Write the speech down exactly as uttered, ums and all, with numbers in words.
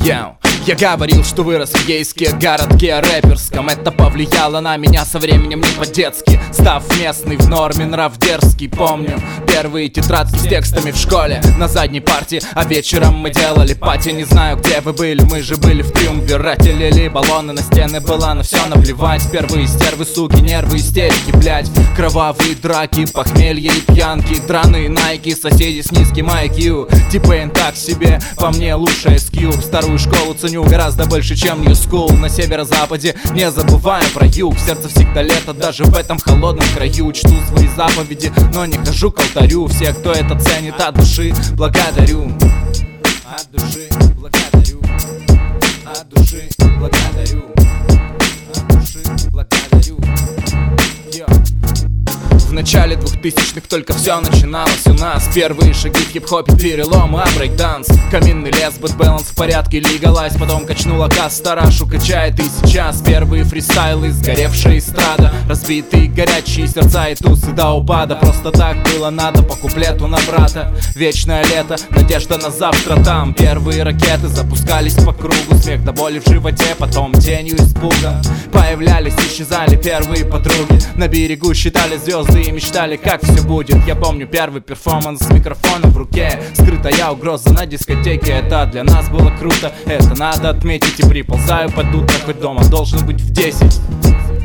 Йоу. Я говорил, что вырос в ейске городке рэперском. Это повлияло на меня со временем не по-детски, став местный в норме, нрав дерзкий. Помню первые тетрадки с текстами в школе на задней парте, а вечером мы делали пати. Не знаю, где вы были, мы же были в триумвирате. Лили баллоны на стены, было на все наплевать. Первые стервы, суки, нервы, истерики, блять. Кровавые драки, похмелье и пьянки, драные найки, соседи с низким ай кью. T-Pain так себе, по мне лучше эс кью. Старую школу ценю гораздо больше, чем New School. На северо-западе не забываем про юг. В сердце всегда лето, даже в этом холодном краю. Чту свои заповеди, но не хожу к алтарю. Все, кто это ценит, от души благодарю. От души благодарю. От души благодарю. От души благодарю. Йо. В начале двухтысячных только все начиналось у нас. Первые шаги в хип-хопе, переломы, а брейкданс. Каминный лес, бэт-бэланс в порядке, лигалайз. Потом качнула газ, старашу качает и сейчас. Первые фристайлы, сгоревшая эстрада, разбитые горячие сердца и тусы до упада. Просто так было надо, по куплету на брата. Вечное лето, надежда на завтра там. Первые ракеты запускались по кругу, смех до боли в животе, потом тенью испуга. Появлялись, исчезали первые подруги. На берегу считали звезды и мечтали, как все будет. Я помню первый перформанс с микрофоном в руке. Скрытая угроза на дискотеке, это для нас было круто. Это надо отметить, и приползаю под утро, хоть дома должен быть в десять.